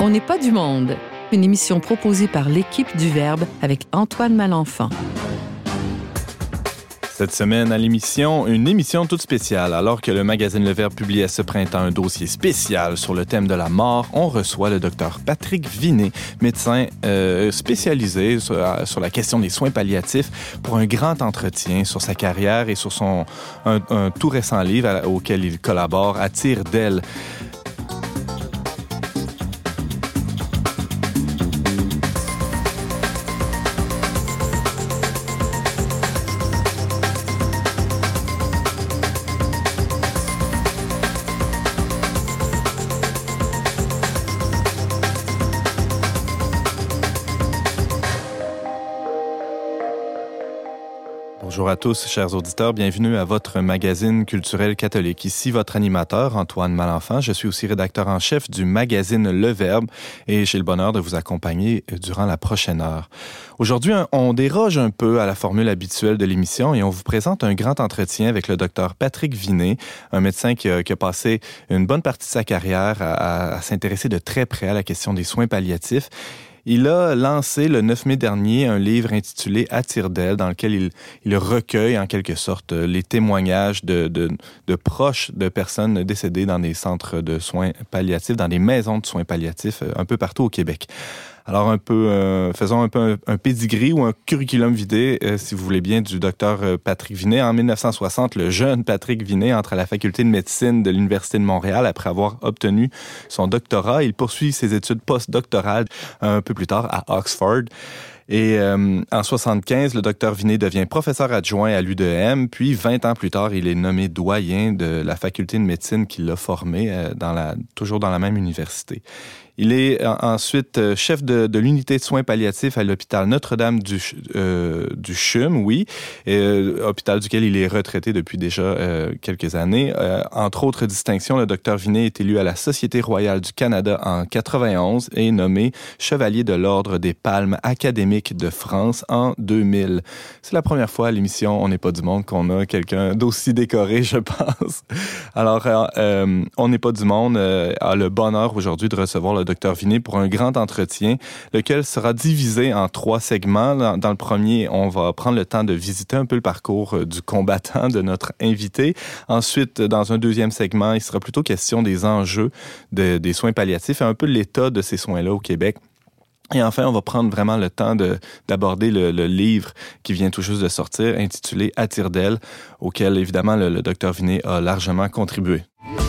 On n'est pas du monde. Une émission proposée par l'équipe du Verbe avec Antoine Malenfant. Cette semaine à l'émission, une émission toute spéciale. Alors que le magazine Le Verbe publiait ce printemps un dossier spécial sur le thème de la mort, on reçoit le docteur Patrick Vinet, médecin spécialisé sur la question des soins palliatifs, pour un grand entretien sur sa carrière et sur un tout récent livre auquel il collabore, À tire d'aile. Bonjour à tous, chers auditeurs. Bienvenue à votre magazine culturel catholique. Ici, votre animateur, Antoine Malenfant. Je suis aussi rédacteur en chef du magazine Le Verbe et j'ai le bonheur de vous accompagner durant la prochaine heure. Aujourd'hui, on déroge un peu à la formule habituelle de l'émission et on vous présente un grand entretien avec le docteur Patrick Vinet, un médecin qui a passé une bonne partie de sa carrière à s'intéresser de très près à la question des soins palliatifs. Il a lancé le 9 mai dernier un livre intitulé « À tire d'aile » dans lequel il recueille en quelque sorte les témoignages de proches de personnes décédées dans des centres de soins palliatifs, dans des maisons de soins palliatifs un peu partout au Québec. Alors faisons un peu un pedigree ou un curriculum vitae, si vous voulez bien, du docteur Patrick Vinet. En 1960, le jeune Patrick Vinet entre à la faculté de médecine de l'Université de Montréal après avoir obtenu son doctorat. Il poursuit ses études postdoctorales un peu plus tard à Oxford. Et en 75, le docteur Vinet devient professeur adjoint à l'UDM, puis 20 ans plus tard, il est nommé doyen de la faculté de médecine qui l'a formé, toujours dans la même université. Il est ensuite chef de l'unité de soins palliatifs à l'hôpital Notre-Dame du CHUM, hôpital duquel il est retraité depuis déjà quelques années. Entre autres distinctions, le docteur Vinet est élu à la Société royale du Canada en 91 et nommé chevalier de l'Ordre des Palmes académiques de France en 2000. C'est la première fois à l'émission On n'est pas du monde qu'on a quelqu'un d'aussi décoré, je pense. Alors, On n'est pas du monde a le bonheur aujourd'hui de recevoir le docteur Vinet pour un grand entretien, lequel sera divisé en 3 segments. Dans le premier, on va prendre le temps de visiter un peu le parcours du combattant de notre invité. Ensuite, dans un deuxième segment, il sera plutôt question des enjeux des soins palliatifs et un peu l'état de ces soins-là au Québec. Et enfin, on va prendre vraiment le temps d'aborder le livre qui vient tout juste de sortir, intitulé « À tire d'aile », auquel, évidemment, le docteur Vinet a largement contribué.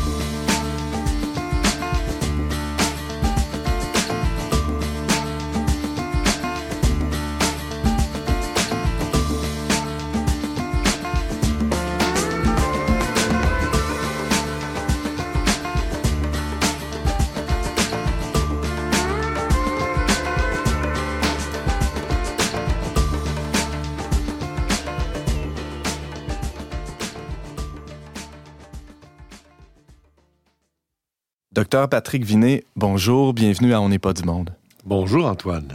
Docteur Patrick Vinet, bonjour, bienvenue à On n'est pas du monde. Bonjour Antoine.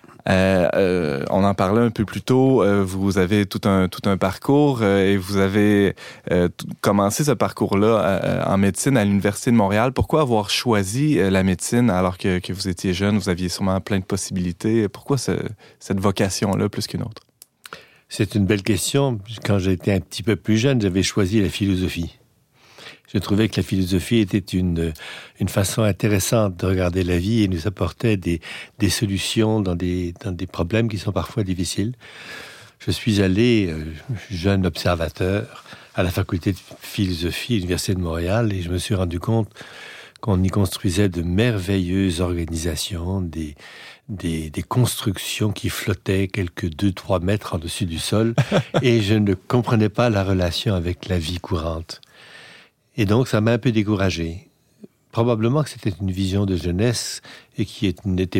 On en parlait un peu plus tôt, vous avez tout un parcours et vous avez commencé ce parcours-là en médecine à l'Université de Montréal. Pourquoi avoir choisi la médecine alors que vous étiez jeune, vous aviez sûrement plein de possibilités? Pourquoi cette vocation-là plus qu'une autre? C'est une belle question. Quand j'étais un petit peu plus jeune, j'avais choisi la philosophie. Je trouvais que la philosophie était une façon intéressante de regarder la vie et nous apportait des solutions dans des problèmes qui sont parfois difficiles. Je suis allé, jeune observateur, à la faculté de philosophie à l'Université de Montréal et je me suis rendu compte qu'on y construisait de merveilleuses organisations, des constructions qui flottaient quelques 2-3 mètres en dessus du sol et je ne comprenais pas la relation avec la vie courante. Et donc, ça m'a un peu découragé. Probablement que c'était une vision de jeunesse et qui n'était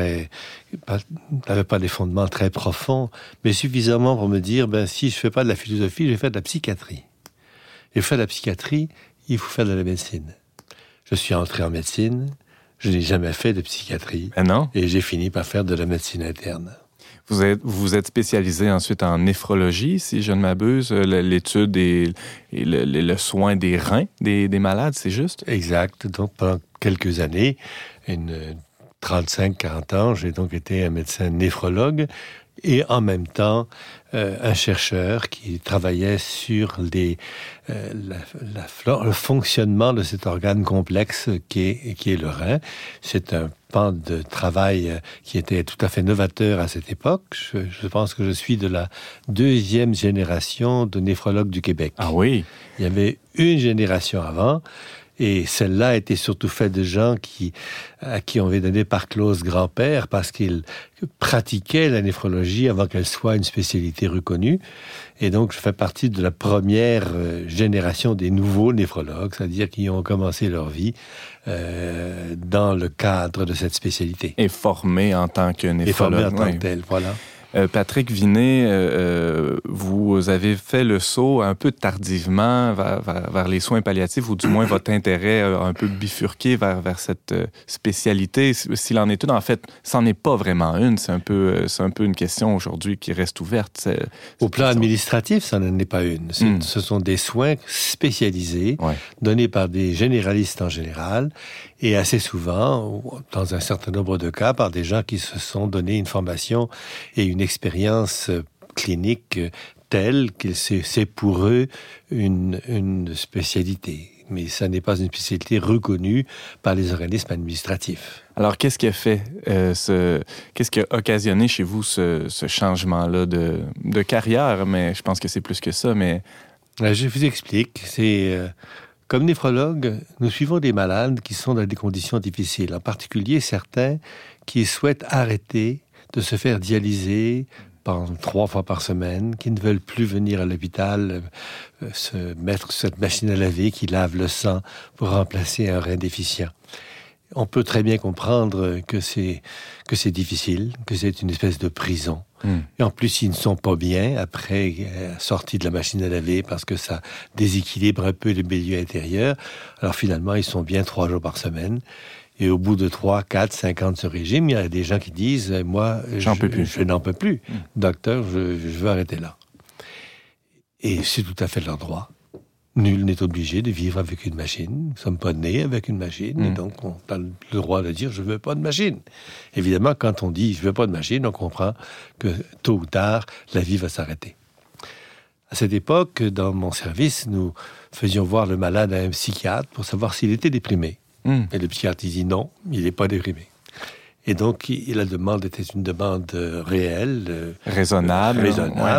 n'avait pas des fondements très profonds, mais suffisamment pour me dire, si je fais pas de la philosophie, je vais faire de la psychiatrie. Et faire de la psychiatrie, il faut faire de la médecine. Je suis entré en médecine, je n'ai jamais fait de psychiatrie. Ah non? Et j'ai fini par faire de la médecine interne. Vous êtes spécialisé ensuite en néphrologie, si je ne m'abuse, l'étude et le soin des reins des malades, c'est juste? Exact. Donc, pendant quelques années, une 35-40 ans, j'ai donc été un médecin néphrologue et en même temps un chercheur qui travaillait sur le fonctionnement de cet organe complexe qui est le rein. C'est un pan de travail qui était tout à fait novateur à cette époque. Je pense que je suis de la 2e génération de néphrologues du Québec. Ah oui? Il y avait une génération avant. Et celle-là était surtout faite de gens à qui on avait donné par clause grand-père parce qu'ils pratiquaient la néphrologie avant qu'elle soit une spécialité reconnue. Et donc, je fais partie de la première génération des nouveaux néphrologues, c'est-à-dire qui ont commencé leur vie dans le cadre de cette spécialité. Et formés en tant que néphrologue. Et formés en tant que tel, voilà. Patrick Vinet, vous avez fait le saut un peu tardivement vers les soins palliatifs, ou du moins votre intérêt a un peu bifurqué vers cette spécialité. S'il en est une, en fait, c'en est pas vraiment une. C'est un peu une question aujourd'hui qui reste ouverte. Au plan administratif, ça n'en est pas une. Ce sont des soins spécialisés, donnés par des généralistes en général, et assez souvent, dans un certain nombre de cas, par des gens qui se sont donné une formation et une expérience clinique telle que c'est pour eux une spécialité. Mais ça n'est pas une spécialité reconnue par les organismes administratifs. Alors, qu'est-ce qui a fait, qu'est-ce qui a occasionné chez vous ce changement-là de carrière? Mais je pense que c'est plus que ça, mais... Je vous explique. Comme néphrologue, nous suivons des malades qui sont dans des conditions difficiles, en particulier certains qui souhaitent arrêter de se faire dialyser 3 fois par semaine, qui ne veulent plus venir à l'hôpital se mettre sur cette machine à laver qui lave le sang pour remplacer un rein déficient. On peut très bien comprendre que c'est difficile, que c'est une espèce de prison. Et en plus, ils ne sont pas bien après sortie de la machine à laver parce que ça déséquilibre un peu le milieu intérieur. Alors finalement, ils sont bien 3 jours par semaine. Et au bout de 3, 4, 5 ans de ce régime, il y a des gens qui disent « Moi, je n'en peux plus. Docteur, je veux arrêter là. » Et c'est tout à fait leur droit. Nul n'est obligé de vivre avec une machine. Nous ne sommes pas nés avec une machine, et donc on a le droit de dire « je ne veux pas de machine ». Évidemment, quand on dit « je ne veux pas de machine », on comprend que tôt ou tard, la vie va s'arrêter. À cette époque, dans mon service, nous faisions voir le malade à un psychiatre pour savoir s'il était déprimé. Et le psychiatre dit « non, il n'est pas déprimé ». Et donc, la demande était une demande réelle. Raisonnable.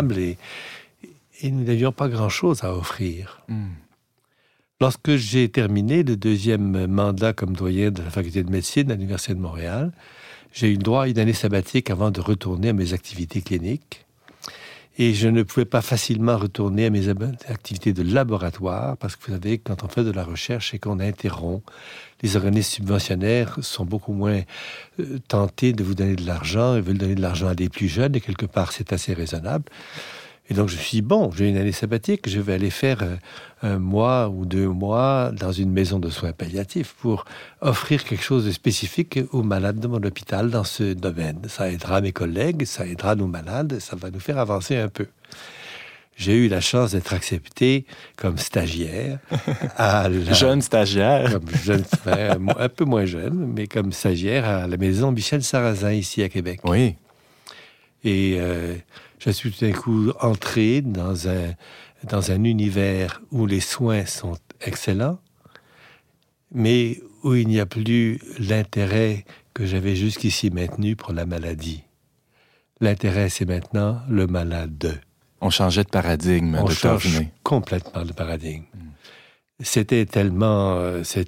Et nous n'avions pas grand-chose à offrir. Lorsque j'ai terminé le 2e mandat comme doyen de la faculté de médecine à l'Université de Montréal, j'ai eu le droit à une année sabbatique avant de retourner à mes activités cliniques. Et je ne pouvais pas facilement retourner à mes activités de laboratoire parce que vous savez, quand on fait de la recherche et qu'on interrompt, les organismes subventionnaires sont beaucoup moins tentés de vous donner de l'argent. Ils veulent donner de l'argent à des plus jeunes et quelque part, c'est assez raisonnable. Et donc, je me suis dit, bon, j'ai une année sabbatique, je vais aller faire 1 mois ou 2 mois dans une maison de soins palliatifs pour offrir quelque chose de spécifique aux malades de mon hôpital dans ce domaine. Ça aidera mes collègues, ça aidera nos malades, ça va nous faire avancer un peu. J'ai eu la chance d'être accepté comme stagiaire. Jeune stagiaire. Un peu moins jeune, mais comme stagiaire à la maison Michel Sarrazin, ici à Québec. Oui. Et je suis tout d'un coup entré dans un univers où les soins sont excellents, mais où il n'y a plus l'intérêt que j'avais jusqu'ici maintenu pour la maladie. L'intérêt, c'est maintenant le malade. On changeait de paradigme. On change complètement de paradigme. C'était tellement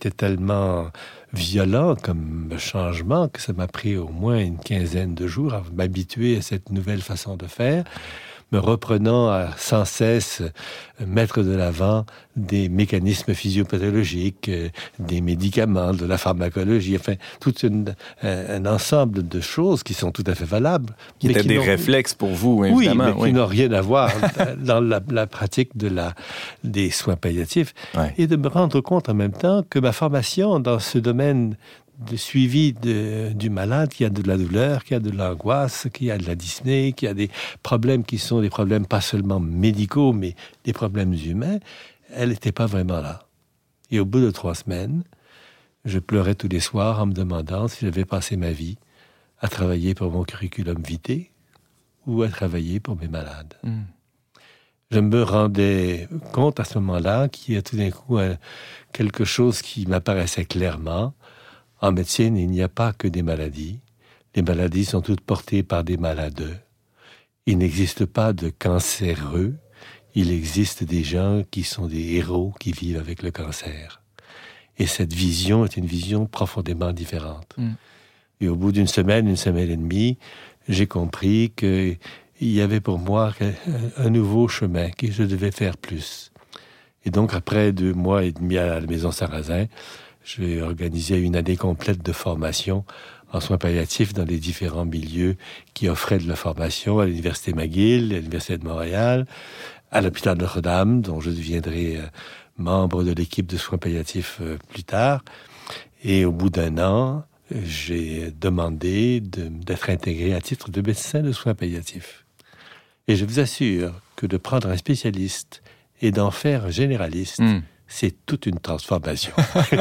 violent comme changement que ça m'a pris au moins une 15aine de jours à m'habituer à cette nouvelle façon de faire, me reprenant à sans cesse mettre de l'avant des mécanismes physiopathologiques, des médicaments, de la pharmacologie, enfin, tout un ensemble de choses qui sont tout à fait valables. Qui étaient des réflexes pour vous, évidemment. Oui, mais qui n'ont rien à voir dans la pratique des soins palliatifs. Ouais. Et de me rendre compte en même temps que ma formation dans ce domaine de suivi du malade qui a de la douleur, qui a de l'angoisse, qui a de la dyspnée, qui a des problèmes qui sont des problèmes pas seulement médicaux, mais des problèmes humains, elle n'était pas vraiment là. Et au bout de 3 semaines, Je pleurais tous les soirs en me demandant si j'avais passé ma vie à travailler pour mon curriculum vitae ou à travailler pour mes malades. Je me rendais compte à ce moment-là qu'il y a tout d'un coup quelque chose qui m'apparaissait clairement. En médecine, il n'y a pas que des maladies. Les maladies sont toutes portées par des maladeux. Il n'existe pas de cancéreux. Il existe des gens qui sont des héros qui vivent avec le cancer. Et cette vision est une vision profondément différente. Et au bout d'une semaine et demie, j'ai compris qu'il y avait pour moi un nouveau chemin, que je devais faire plus. Et donc, après 2 mois et demi à la Maison Sarrazin, j'ai organisé une année complète de formation en soins palliatifs dans les différents milieux qui offraient de la formation à l'Université McGill, à l'Université de Montréal, à l'hôpital Notre-Dame, dont je deviendrai membre de l'équipe de soins palliatifs plus tard. Et au bout d'1 an, j'ai demandé d'être intégré à titre de médecin de soins palliatifs. Et je vous assure que de prendre un spécialiste et d'en faire un généraliste, c'est toute une transformation.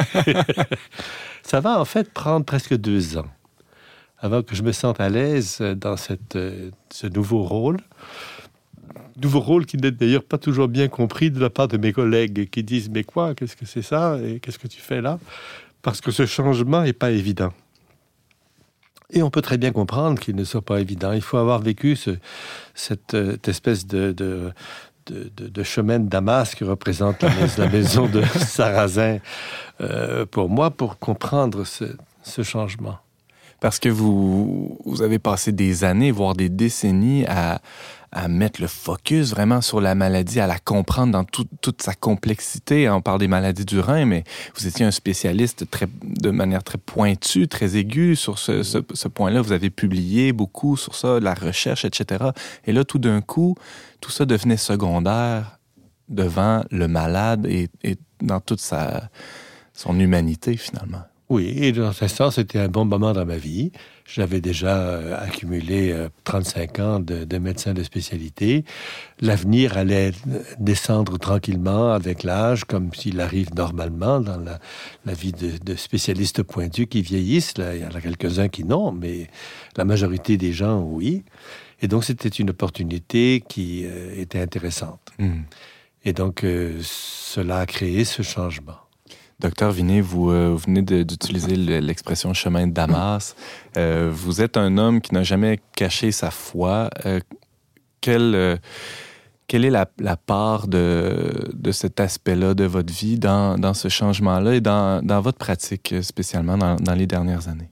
Ça va en fait prendre presque 2 ans avant que je me sente à l'aise dans ce nouveau rôle. Nouveau rôle qui n'est d'ailleurs pas toujours bien compris de la part de mes collègues qui disent « Mais quoi? Qu'est-ce que c'est ça? Et qu'est-ce que tu fais là ?» Parce que ce changement n'est pas évident. Et on peut très bien comprendre qu'il ne soit pas évident. Il faut avoir vécu cette espèce de chemin de Damas que représente la maison de Sarrazin pour moi, pour comprendre ce changement. Parce que vous avez passé des années, voire des décennies à mettre le focus vraiment sur la maladie, à la comprendre dans toute sa complexité. On parle des maladies du rein, mais vous étiez un spécialiste de manière très pointue, très aiguë sur ce point-là. Vous avez publié beaucoup sur ça, la recherche, etc. Et là, tout d'un coup, tout ça devenait secondaire devant le malade et dans toute son humanité, finalement. Oui, et dans ce sens, c'était un bon moment dans ma vie. J'avais déjà accumulé 35 ans de médecin de spécialité. L'avenir allait descendre tranquillement avec l'âge, comme s'il arrive normalement dans la vie de spécialistes pointus qui vieillissent. Là, il y en a quelques-uns qui non, mais la majorité des gens, oui. Et donc, c'était une opportunité qui était intéressante. Et donc, cela a créé ce changement. Docteur Vinet, vous venez d'utiliser l'expression « chemin de Damas ». Vous êtes un homme qui n'a jamais caché sa foi. Quelle est la part de cet aspect-là de votre vie dans ce changement-là et dans votre pratique, spécialement dans les dernières années?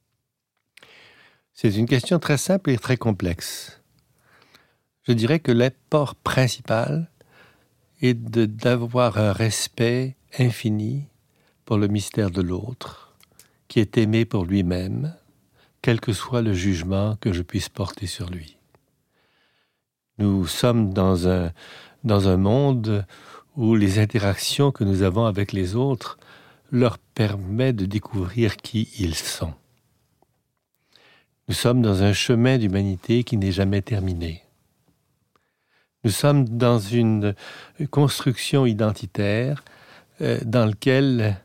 C'est une question très simple et très complexe. Je dirais que l'apport principal est d'avoir un respect infini pour le mystère de l'autre, qui est aimé pour lui-même, quel que soit le jugement que je puisse porter sur lui. Nous sommes dans un monde où les interactions que nous avons avec les autres leur permettent de découvrir qui ils sont. Nous sommes dans un chemin d'humanité qui n'est jamais terminé. Nous sommes dans une construction identitaire dans laquelle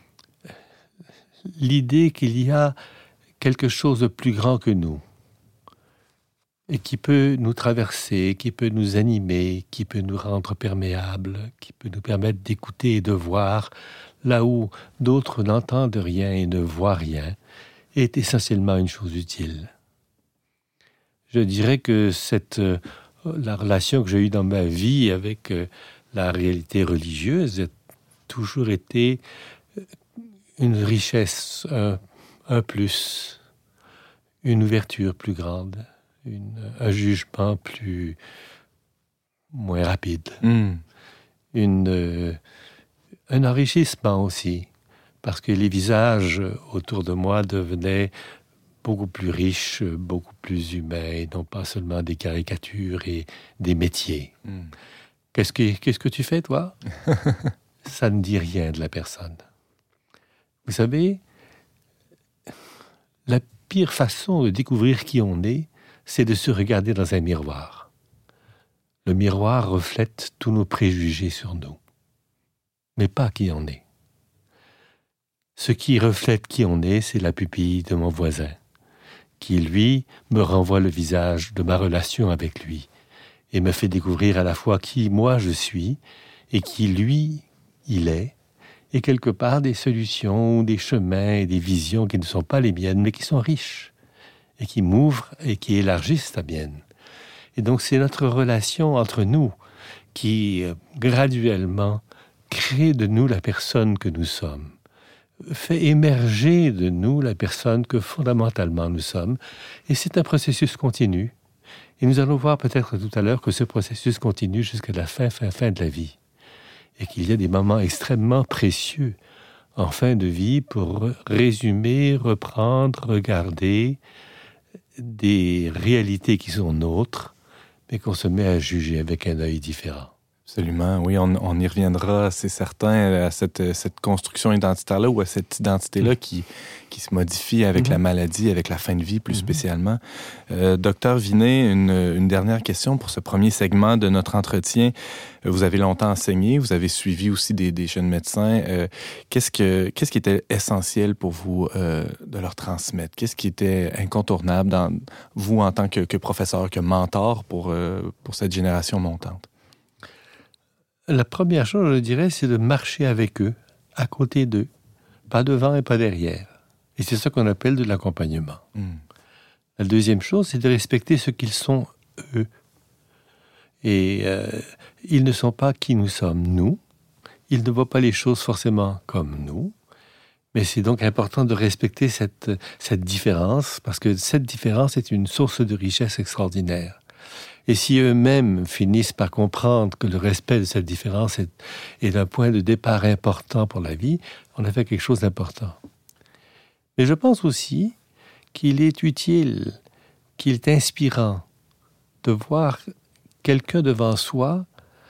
l'idée qu'il y a quelque chose de plus grand que nous et qui peut nous traverser, qui peut nous animer, qui peut nous rendre perméables, qui peut nous permettre d'écouter et de voir là où d'autres n'entendent rien et ne voient rien, est essentiellement une chose utile. Je dirais que la relation que j'ai eue dans ma vie avec la réalité religieuse a toujours été une richesse, un plus, une ouverture plus grande, un jugement moins rapide, un enrichissement aussi, parce que les visages autour de moi devenaient beaucoup plus riches, beaucoup plus humains, et non pas seulement des caricatures et des métiers. Qu'est-ce que tu fais, toi? Ça ne dit rien de la personne. Vous savez, la pire façon de découvrir qui on est, c'est de se regarder dans un miroir. Le miroir reflète tous nos préjugés sur nous, mais pas qui on est. Ce qui reflète qui on est, c'est la pupille de mon voisin, qui, lui, me renvoie le visage de ma relation avec lui et me fait découvrir à la fois qui, moi, je suis et qui, lui, il est, et quelque part des solutions, des chemins et des visions qui ne sont pas les miennes, mais qui sont riches et qui m'ouvrent et qui élargissent la mienne. Et donc, c'est notre relation entre nous qui, graduellement, crée de nous la personne que nous sommes, fait émerger de nous la personne que fondamentalement nous sommes. Et c'est un processus continu. Et nous allons voir peut-être tout à l'heure que ce processus continue jusqu'à la fin de la vie. Et qu'il y a des moments extrêmement précieux en fin de vie pour résumer, reprendre, regarder des réalités qui sont nôtres, mais qu'on se met à juger avec un œil différent. Absolument, oui, on y reviendra, c'est certain, à cette construction identitaire-là ou à cette identité-là qui se modifie avec la maladie, avec la fin de vie plus spécialement. Docteur Vinet, une dernière question pour ce premier segment de notre entretien. Vous avez longtemps enseigné, vous avez suivi aussi des jeunes médecins. Qu'est-ce qui était essentiel pour vous de leur transmettre? Qu'est-ce qui était incontournable dans vous en tant que professeur, que mentor pour cette génération montante? La première chose, je dirais, c'est de marcher avec eux, à côté d'eux, pas devant et pas derrière. Et c'est ça qu'on appelle de l'accompagnement. La deuxième chose, c'est de respecter ce qu'ils sont, eux. Et ils ne sont pas qui nous sommes, nous. Ils ne voient pas les choses forcément comme nous. Mais c'est donc important de respecter cette différence, parce que cette différence est une source de richesse extraordinaire. Et si eux-mêmes finissent par comprendre que le respect de cette différence est un point de départ important pour la vie, on a fait quelque chose d'important. Mais je pense aussi qu'il est utile, qu'il est inspirant de voir quelqu'un devant soi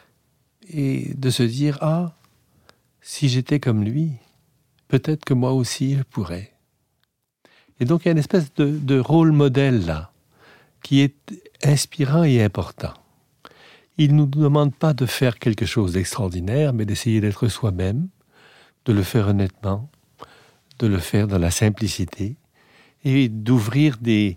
et de se dire « Ah, si j'étais comme lui, peut-être que moi aussi je pourrais. » Et donc il y a une espèce de rôle modèle là, qui est inspirant et important. Il ne nous demande pas de faire quelque chose d'extraordinaire, mais d'essayer d'être soi-même, de le faire honnêtement, de le faire dans la simplicité, et d'ouvrir des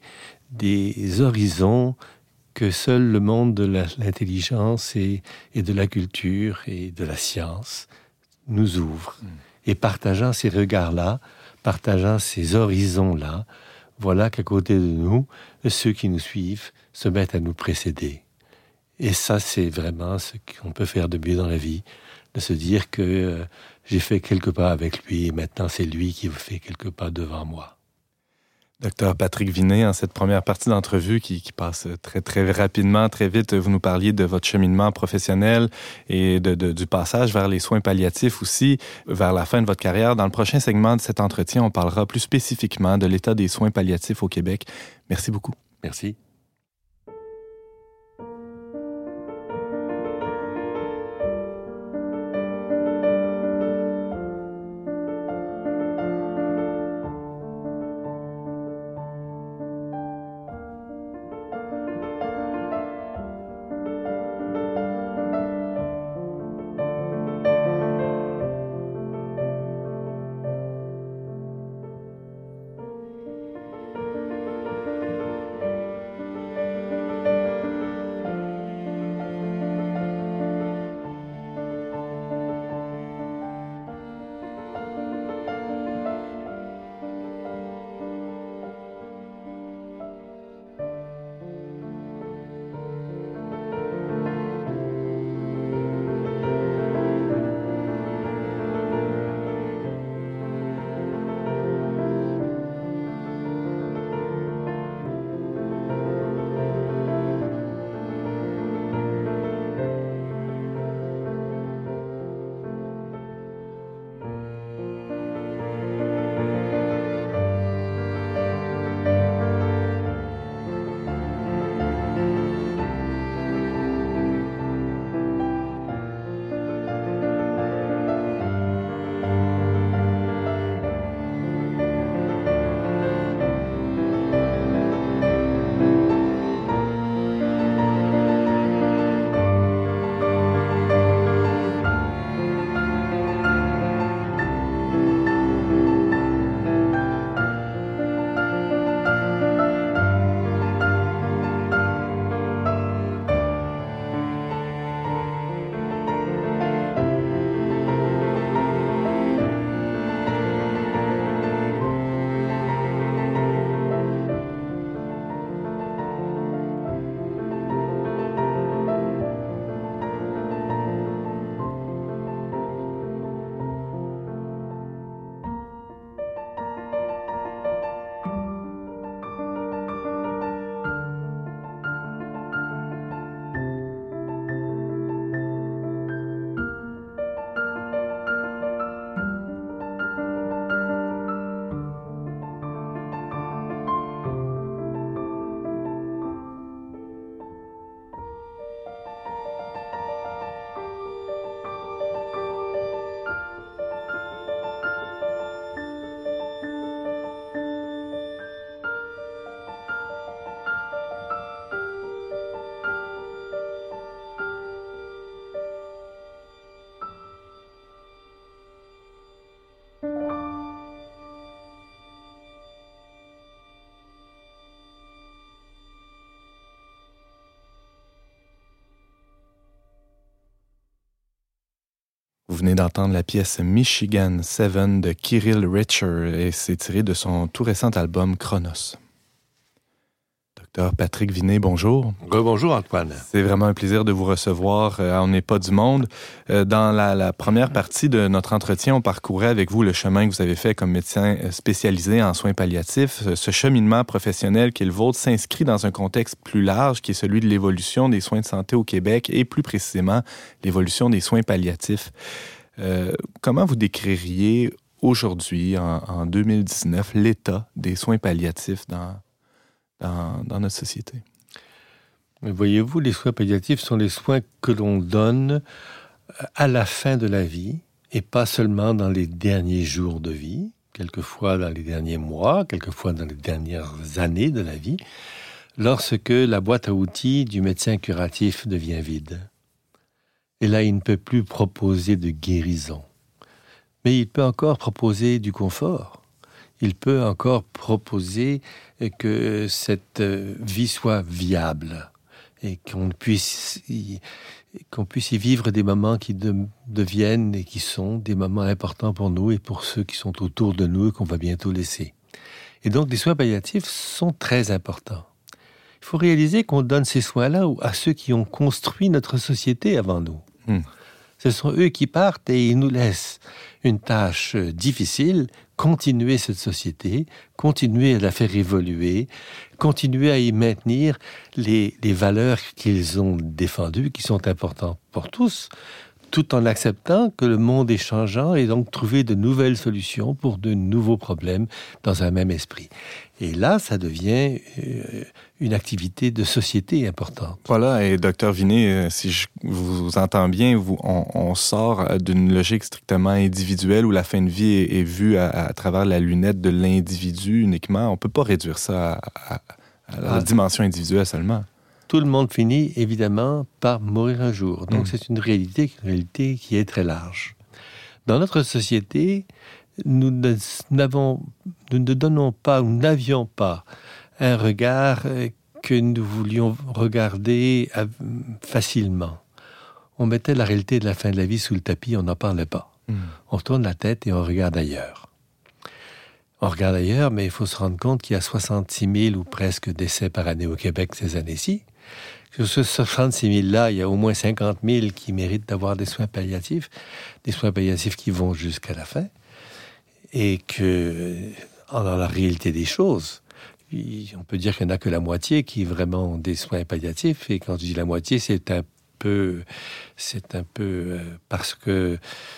horizons que seul le monde de l'intelligence et de la culture et de la science nous ouvre. Et partageant ces regards-là, partageant ces horizons-là, voilà qu'à côté de nous, ceux qui nous suivent se mettent à nous précéder. Et ça, c'est vraiment ce qu'on peut faire de mieux dans la vie, de se dire que j'ai fait quelques pas avec lui et maintenant c'est lui qui fait quelques pas devant moi. Docteur Patrick Vinet, en cette première partie d'entrevue qui passe très, très rapidement, très vite, vous nous parliez de votre cheminement professionnel et du passage vers les soins palliatifs aussi, vers la fin de votre carrière. Dans le prochain segment de cet entretien, on parlera plus spécifiquement de l'état des soins palliatifs au Québec. Merci beaucoup. Merci. venez d'entendre la pièce Michigan 7 de Kirill Richer et c'est tiré de son tout récent album Chronos. Docteur Patrick Vinet, bonjour. Bonjour Antoine. C'est vraiment un plaisir de vous recevoir à On n'est pas du monde. Dans la première partie de notre entretien, on parcourait avec vous le chemin que vous avez fait comme médecin spécialisé en soins palliatifs. Ce cheminement professionnel qui est le vôtre s'inscrit dans un contexte plus large qui est celui de l'évolution des soins de santé au Québec et plus précisément l'évolution des soins palliatifs. Comment vous décririez aujourd'hui, en 2019, l'état des soins palliatifs dans notre société? Voyez-vous, les soins palliatifs sont les soins que l'on donne à la fin de la vie et pas seulement dans les derniers jours de vie, quelquefois dans les derniers mois, quelquefois dans les dernières années de la vie, lorsque la boîte à outils du médecin curatif devient vide. Et là, il ne peut plus proposer de guérison. Mais il peut encore proposer du confort. Il peut encore proposer que cette vie soit viable et qu'on puisse y vivre des moments qui deviennent et qui sont des moments importants pour nous et pour ceux qui sont autour de nous et qu'on va bientôt laisser. Et donc, les soins palliatifs sont très importants. Il faut réaliser qu'on donne ces soins-là à ceux qui ont construit notre société avant nous. Ce sont eux qui partent et ils nous laissent une tâche difficile, continuer cette société, continuer à la faire évoluer, continuer à y maintenir les valeurs qu'ils ont défendues, qui sont importantes pour tous, tout en acceptant que le monde est changeant et donc trouver de nouvelles solutions pour de nouveaux problèmes dans un même esprit. Et là, ça devient une activité de société importante. Voilà, et Dr Vinet, si je vous entends bien, on sort d'une logique strictement individuelle où la fin de vie est vue à travers la lunette de l'individu uniquement. On ne peut pas réduire ça à la dimension individuelle seulement. Tout le monde finit, évidemment, par mourir un jour. Donc, c'est une réalité qui est très large. Dans notre société, nous n'avions pas un regard que nous voulions regarder facilement. On mettait la réalité de la fin de la vie sous le tapis, on n'en parlait pas. On tourne la tête et on regarde ailleurs. On regarde ailleurs, mais il faut se rendre compte qu'il y a 66 000 ou presque décès par année au Québec ces années-ci. Sur ces 66 000-là, il y a au moins 50 000 qui méritent d'avoir des soins palliatifs qui vont jusqu'à la fin. Et que, dans la réalité des choses, on peut dire qu'il n'y en a que la moitié qui vraiment ont des soins palliatifs. Et quand je dis la moitié, c'est un peu parce que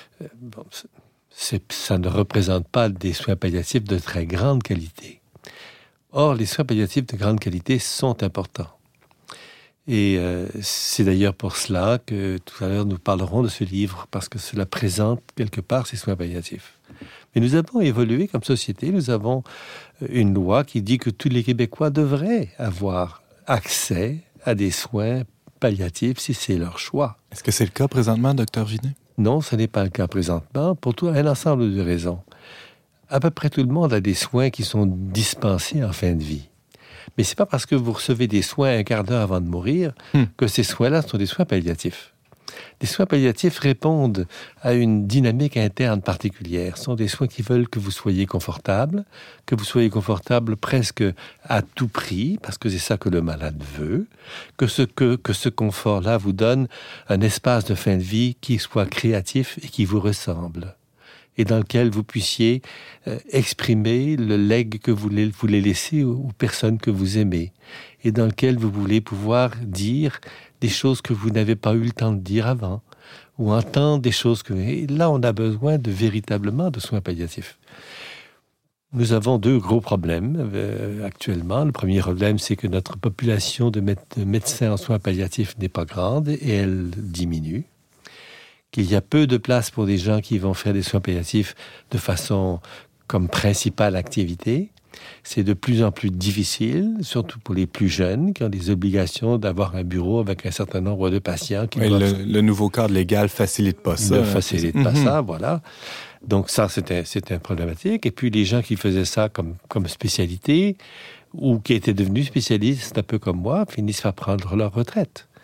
ça ne représente pas des soins palliatifs de très grande qualité. Or, les soins palliatifs de grande qualité sont importants. Et c'est d'ailleurs pour cela que tout à l'heure nous parlerons de ce livre, parce que cela présente quelque part ces soins palliatifs. Mais nous avons évolué comme société, nous avons une loi qui dit que tous les Québécois devraient avoir accès à des soins palliatifs si c'est leur choix. Est-ce que c'est le cas présentement, Dr Vinet? Non, ce n'est pas le cas présentement, pour tout un ensemble de raisons. À peu près tout le monde a des soins qui sont dispensés en fin de vie. Mais c'est pas parce que vous recevez des soins un quart d'heure avant de mourir que ces soins-là sont des soins palliatifs. Les soins palliatifs répondent à une dynamique interne particulière. Ce sont des soins qui veulent que vous soyez confortable presque à tout prix, parce que c'est ça que le malade veut, que ce confort-là vous donne un espace de fin de vie qui soit créatif et qui vous ressemble, et dans lequel vous puissiez exprimer le legs que vous voulez laisser aux personnes que vous aimez, et dans lequel vous voulez pouvoir dire des choses que vous n'avez pas eu le temps de dire avant, ou entendre des choses que... Et là, on a besoin véritablement de soins palliatifs. Nous avons deux gros problèmes actuellement. Le premier problème, c'est que notre population de médecins en soins palliatifs n'est pas grande et elle diminue. Qu'il y a peu de place pour des gens qui vont faire des soins palliatifs de façon comme principale activité. C'est de plus en plus difficile, surtout pour les plus jeunes, qui ont des obligations d'avoir un bureau avec un certain nombre de patients. Le nouveau cadre légal facilite pas ça. Ne facilite pas ça, voilà. Donc ça, c'est un problématique. Et puis les gens qui faisaient ça comme spécialité, ou qui étaient devenus spécialistes, un peu comme moi, finissent par prendre leur retraite.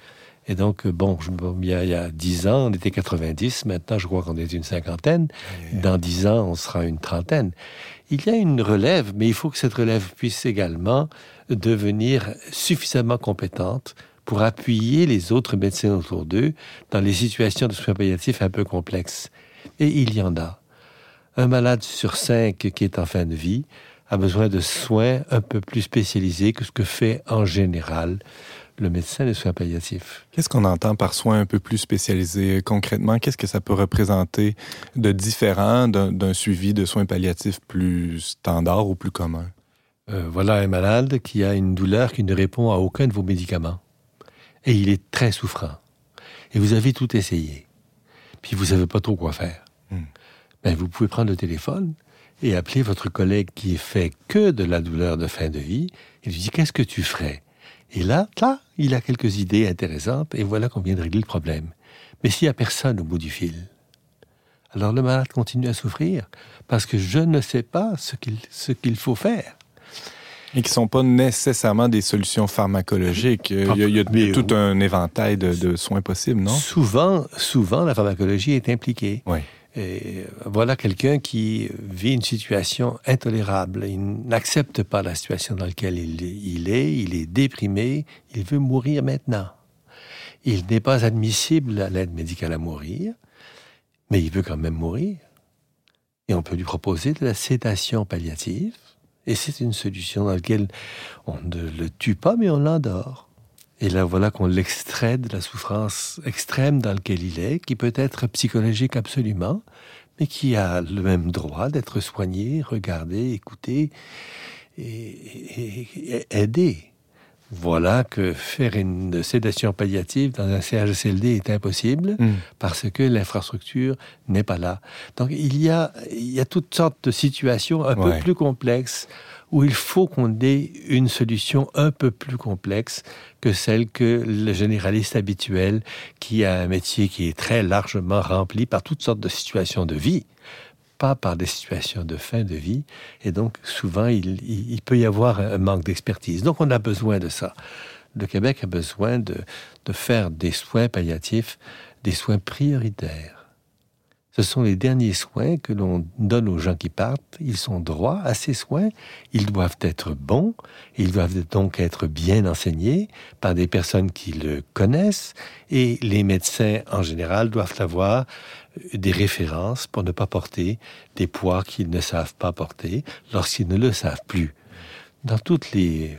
Et donc, il y a 10 ans, on était 90. Maintenant, je crois qu'on est une cinquantaine. Dans 10 ans, on sera une trentaine. Il y a une relève, mais il faut que cette relève puisse également devenir suffisamment compétente pour appuyer les autres médecins autour d'eux dans les situations de soins palliatifs un peu complexes. Et il y en a. Un malade sur 5 qui est en fin de vie a besoin de soins un peu plus spécialisés que ce que fait en général le médecin des soins palliatifs. Qu'est-ce qu'on entend par soins un peu plus spécialisés? Concrètement, qu'est-ce que ça peut représenter de différent d'un suivi de soins palliatifs plus standard ou plus commun? Voilà un malade qui a une douleur qui ne répond à aucun de vos médicaments. Et il est très souffrant. Et vous avez tout essayé. Puis vous ne savez pas trop quoi faire. Ben, vous pouvez prendre le téléphone et appeler votre collègue qui fait que de la douleur de fin de vie et lui dire « Qu'est-ce que tu ferais ?» Et là, il a quelques idées intéressantes et voilà qu'on vient de régler le problème. Mais s'il n'y a personne au bout du fil, alors le malade continue à souffrir parce que je ne sais pas ce qu'il faut faire. Et qui ne sont pas nécessairement des solutions pharmacologiques. Il y a tout un éventail de soins possibles, non? Souvent, la pharmacologie est impliquée. Oui. Et voilà quelqu'un qui vit une situation intolérable. Il n'accepte pas la situation dans laquelle il est déprimé, il veut mourir maintenant. Il n'est pas admissible à l'aide médicale à mourir, mais il veut quand même mourir. Et on peut lui proposer de la sédation palliative, et c'est une solution dans laquelle on ne le tue pas, mais on l'endort. Et là, voilà qu'on l'extrait de la souffrance extrême dans laquelle il est, qui peut être psychologique absolument, mais qui a le même droit d'être soigné, regardé, écouté et aidé. Voilà que faire une sédation palliative dans un CHSLD est impossible parce que l'infrastructure n'est pas là. Donc il y a toutes sortes de situations un peu plus complexes où il faut qu'on ait une solution un peu plus complexe que celle que le généraliste habituel qui a un métier qui est très largement rempli par toutes sortes de situations de vie, pas par des situations de fin de vie, et donc souvent il peut y avoir un manque d'expertise. Donc on a besoin de ça. Le Québec a besoin de faire des soins palliatifs, des soins prioritaires. Ce sont les derniers soins que l'on donne aux gens qui partent. Ils ont droit à ces soins. Ils doivent être bons. Ils doivent donc être bien enseignés par des personnes qui le connaissent. Et les médecins, en général, doivent avoir des références pour ne pas porter des poids qu'ils ne savent pas porter lorsqu'ils ne le savent plus. Dans toute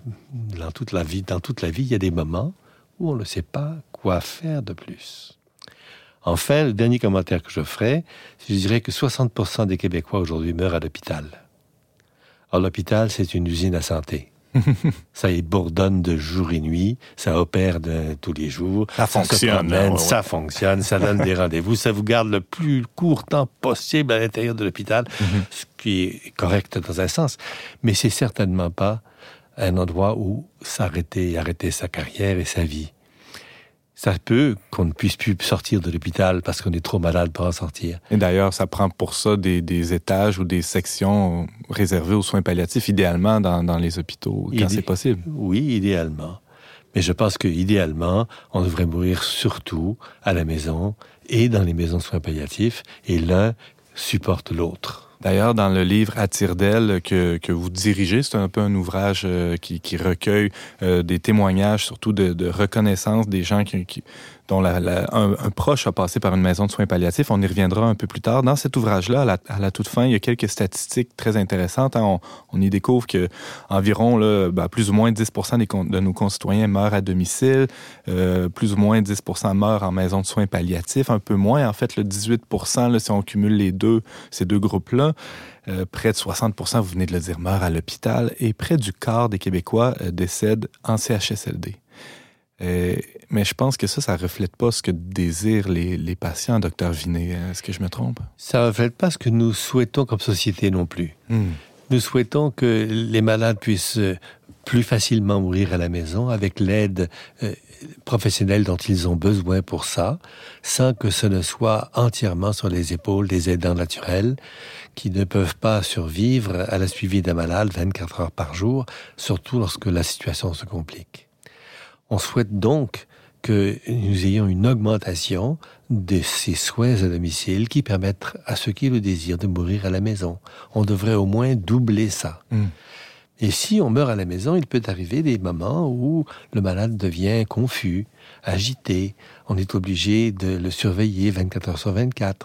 la vie, il y a des moments où on ne sait pas quoi faire de plus. Enfin, le dernier commentaire que je ferai, je dirais que 60% des Québécois aujourd'hui meurent à l'hôpital. Alors l'hôpital, c'est une usine à santé. Ça y bourdonne de jour et nuit, ça opère tous les jours, ça fonctionne, ça fonctionne, ça donne des rendez-vous, ça vous garde le plus court temps possible à l'intérieur de l'hôpital, ce qui est correct dans un sens, mais c'est certainement pas un endroit où arrêter sa carrière et sa vie. Ça peut qu'on ne puisse plus sortir de l'hôpital parce qu'on est trop malade pour en sortir. Et d'ailleurs, ça prend pour ça des étages ou des sections réservées aux soins palliatifs, idéalement dans les hôpitaux, quand c'est possible. Oui, idéalement. Mais je pense qu'idéalement, on devrait mourir surtout à la maison et dans les maisons de soins palliatifs, et l'un supporte l'autre. D'ailleurs, dans le livre « À tire d'aile » que vous dirigez, c'est un peu un ouvrage qui recueille des témoignages, surtout de reconnaissance des gens dont un proche a passé par une maison de soins palliatifs. On y reviendra un peu plus tard. Dans cet ouvrage-là, à la toute fin, il y a quelques statistiques très intéressantes. On y découvre que environ plus ou moins 10% de nos concitoyens meurent à domicile, plus ou moins 10% meurent en maison de soins palliatifs, un peu moins, en fait, le 18%, si on cumule ces deux groupes-là. Près de 60%, vous venez de le dire, meurent à l'hôpital, et près du quart des Québécois décèdent en CHSLD. Mais je pense que ça reflète pas ce que désirent les patients, Dr Vinet. Est-ce que je me trompe? Ça reflète pas ce que nous souhaitons comme société non plus. Nous souhaitons que les malades puissent plus facilement mourir à la maison avec l'aide professionnelle dont ils ont besoin pour ça, sans que ce ne soit entièrement sur les épaules des aidants naturels qui ne peuvent pas survivre à la suivi d'un malade 24 heures par jour, surtout lorsque la situation se complique. On souhaite donc que nous ayons une augmentation de ces soins à domicile qui permettent à ceux qui le désirent de mourir à la maison. On devrait au moins doubler ça. Et si on meurt à la maison, il peut arriver des moments où le malade devient confus, agité. On est obligé de le surveiller 24 heures sur 24.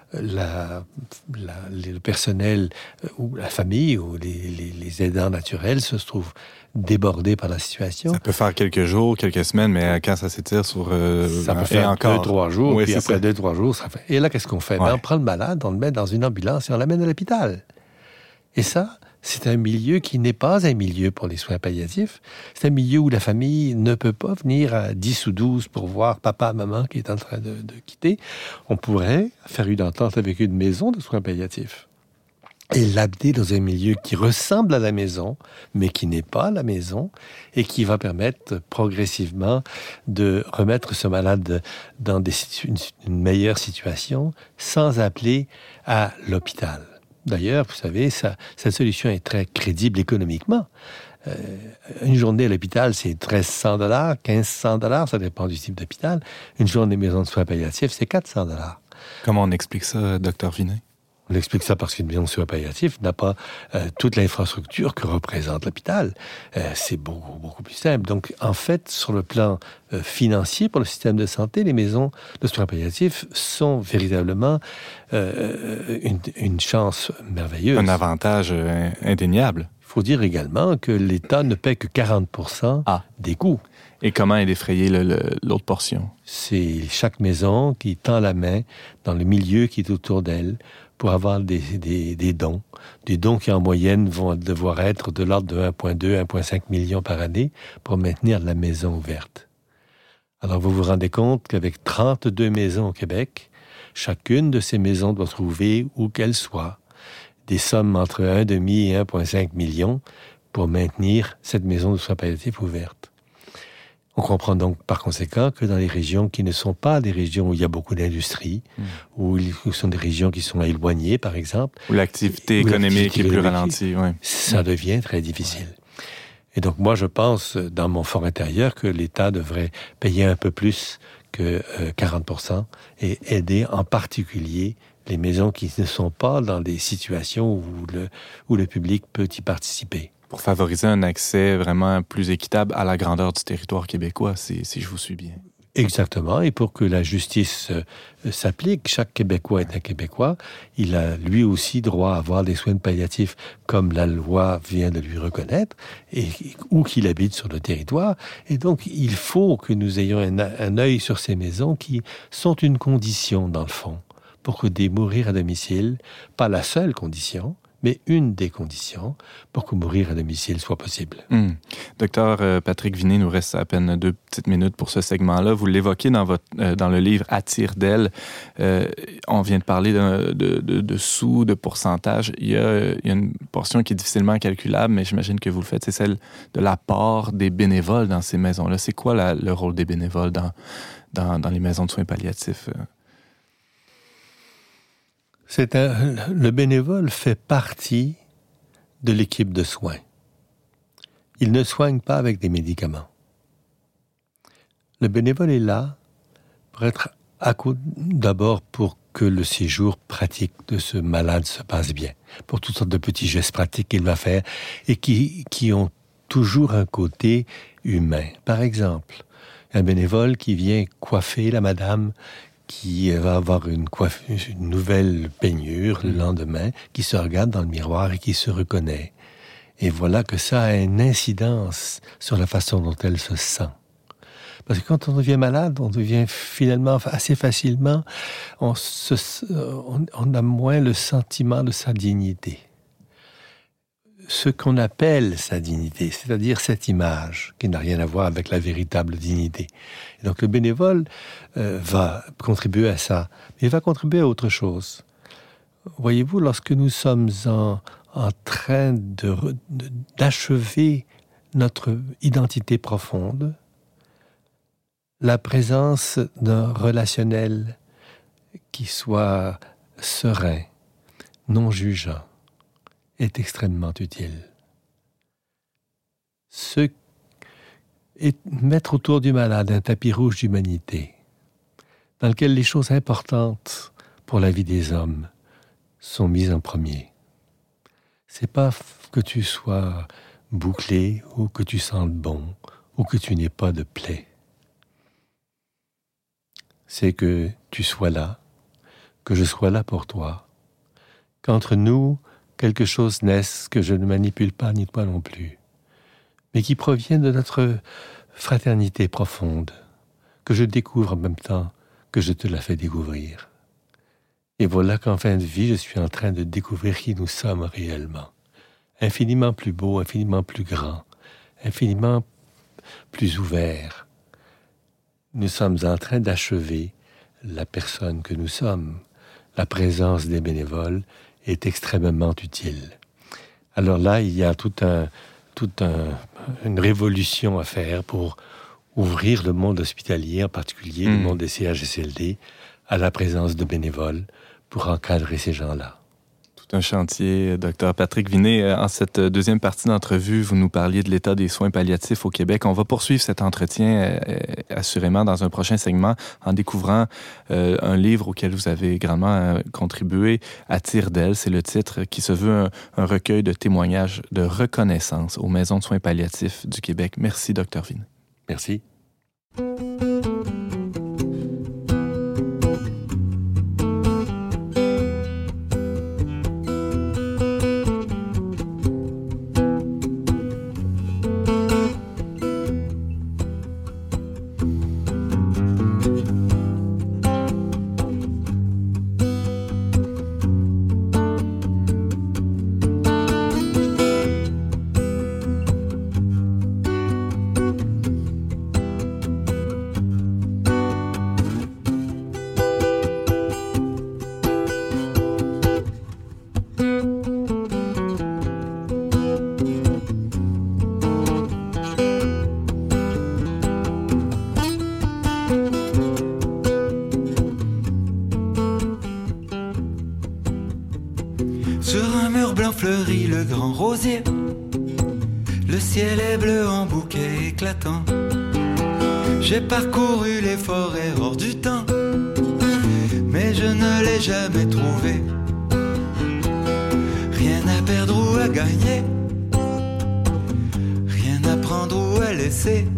Le personnel ou la famille ou les aidants naturels se trouvent débordés par la situation. Ça peut faire quelques jours, quelques semaines, mais quand ça s'étire sur... ça peut faire encore 2-3 jours, oui, puis après 2-3 jours, ça fait... Et là, qu'est-ce qu'on fait? On prend le malade, on le met dans une ambulance et on l'amène à l'hôpital. Et ça, c'est un milieu qui n'est pas un milieu pour les soins palliatifs. C'est un milieu où la famille ne peut pas venir à 10 ou 12 pour voir papa, maman qui est en train de quitter. On pourrait faire une entente avec une maison de soins palliatifs et l'amener dans un milieu qui ressemble à la maison, mais qui n'est pas la maison, et qui va permettre progressivement de remettre ce malade dans une meilleure situation sans appeler à l'hôpital. D'ailleurs, vous savez, cette solution est très crédible économiquement. Une journée à l'hôpital, c'est 1 300 $, 1 500 $, ça dépend du type d'hôpital. Une journée maison de soins palliatifs, c'est 400 $. Comment on explique ça, Dr Vinet? On explique ça parce qu'une maison de soins palliatifs n'a pas toute l'infrastructure que représente l'hôpital. C'est beaucoup, beaucoup plus simple. Donc, en fait, sur le plan financier pour le système de santé, les maisons de soins palliatifs sont véritablement une chance merveilleuse. Un avantage indéniable. Il faut dire également que l'État ne paie que 40% des coûts. Et comment est défrayée l'autre portion? C'est chaque maison qui tend la main dans le milieu qui est autour d'elle pour avoir des dons. Des dons qui, en moyenne, vont devoir être de l'ordre de 1,2, 1,5 million par année pour maintenir la maison ouverte. Alors, vous vous rendez compte qu'avec 32 maisons au Québec, chacune de ces maisons doit trouver, où qu'elle soit, des sommes entre 1,5 et 1,5 million pour maintenir cette maison de soins palliatifs ouverte. On comprend donc par conséquent que dans les régions qui ne sont pas des régions où il y a beaucoup d'industrie, où sont des régions qui sont éloignées, par exemple, où l'activité économique est plus ralentie, ça devient très difficile. Et donc moi, je pense, dans mon fort intérieur, que l'État devrait payer un peu plus que 40% et aider en particulier les maisons qui ne sont pas dans des situations où le public peut y participer. Pour favoriser un accès vraiment plus équitable à la grandeur du territoire québécois, si je vous suis bien. Exactement, et pour que la justice s'applique, chaque Québécois est un Québécois, il a lui aussi droit à avoir des soins palliatifs comme la loi vient de lui reconnaître, et où qu'il habite sur le territoire. Et donc, il faut que nous ayons un œil sur ces maisons qui sont une condition, dans le fond, pour que des mourir à domicile, pas la seule condition, mais une des conditions pour que mourir à domicile soit possible. Docteur Patrick Vinet, nous reste à peine 2 petites minutes pour ce segment-là. Vous l'évoquez dans le livre « À tire d'aile ». On vient de parler de sous, de pourcentage. Il y a une portion qui est difficilement calculable, mais j'imagine que vous le faites. C'est celle de l'apport des bénévoles dans ces maisons-là. C'est quoi le rôle des bénévoles dans les maisons de soins palliatifs? Le bénévole fait partie de l'équipe de soins. Il ne soigne pas avec des médicaments. Le bénévole est là pour être d'abord pour que le séjour pratique de ce malade se passe bien, pour toutes sortes de petits gestes pratiques qu'il va faire et qui ont toujours un côté humain. Par exemple, un bénévole qui vient coiffer la madame qui va avoir une nouvelle peignure le lendemain, qui se regarde dans le miroir et qui se reconnaît. Et voilà que ça a une incidence sur la façon dont elle se sent. Parce que quand on devient malade, on devient finalement assez facilement, on a moins le sentiment de sa dignité. Ce qu'on appelle sa dignité, c'est-à-dire cette image qui n'a rien à voir avec la véritable dignité. Et donc le bénévole va contribuer à ça, mais il va contribuer à autre chose. Voyez-vous, lorsque nous sommes en train d'achever notre identité profonde, la présence d'un relationnel qui soit serein, non jugeant, est extrêmement utile. et mettre autour du malade un tapis rouge d'humanité, dans lequel les choses importantes pour la vie des hommes sont mises en premier. C'est pas que tu sois bouclé ou que tu sentes bon ou que tu n'aies pas de plaie. C'est que tu sois là, que je sois là pour toi, qu'entre nous, quelque chose naisse que je ne manipule pas, ni toi non plus, mais qui provient de notre fraternité profonde, que je découvre en même temps que je te la fais découvrir. Et voilà qu'en fin de vie, je suis en train de découvrir qui nous sommes réellement. Infiniment plus beau, infiniment plus grand, infiniment plus ouvert. Nous sommes en train d'achever la personne que nous sommes. La présence des bénévoles est extrêmement utile. Alors là, il y a une révolution à faire pour ouvrir le monde hospitalier, en particulier le monde des CHSLD, à la présence de bénévoles pour encadrer ces gens-là. Un chantier. Docteur Patrick Vinet, en cette deuxième partie d'entrevue, vous nous parliez de l'état des soins palliatifs au Québec. On va poursuivre cet entretien assurément dans un prochain segment en découvrant un livre auquel vous avez grandement contribué, À tire d'aile. C'est le titre qui se veut un recueil de témoignages de reconnaissance aux maisons de soins palliatifs du Québec. Merci, Docteur Vinet. Merci. Sur un mur blanc fleuri, le grand rosier. Le ciel est bleu en bouquet éclatant. J'ai parcouru les forêts hors du temps, mais je ne l'ai jamais trouvé. Rien à perdre ou à gagner, rien à prendre ou à laisser.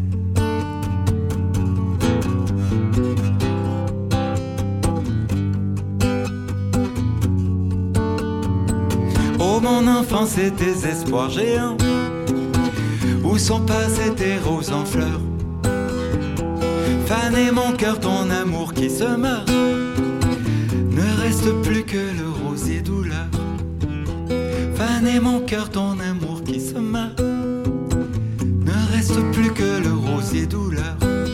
Oh mon enfance et tes espoirs géants, où sont passées tes roses en fleurs? Faner mon cœur, ton amour qui se meurt. Ne reste plus que le rosier douleur. Faner mon cœur, ton amour qui se meurt. Ne reste plus que le rosier douleur.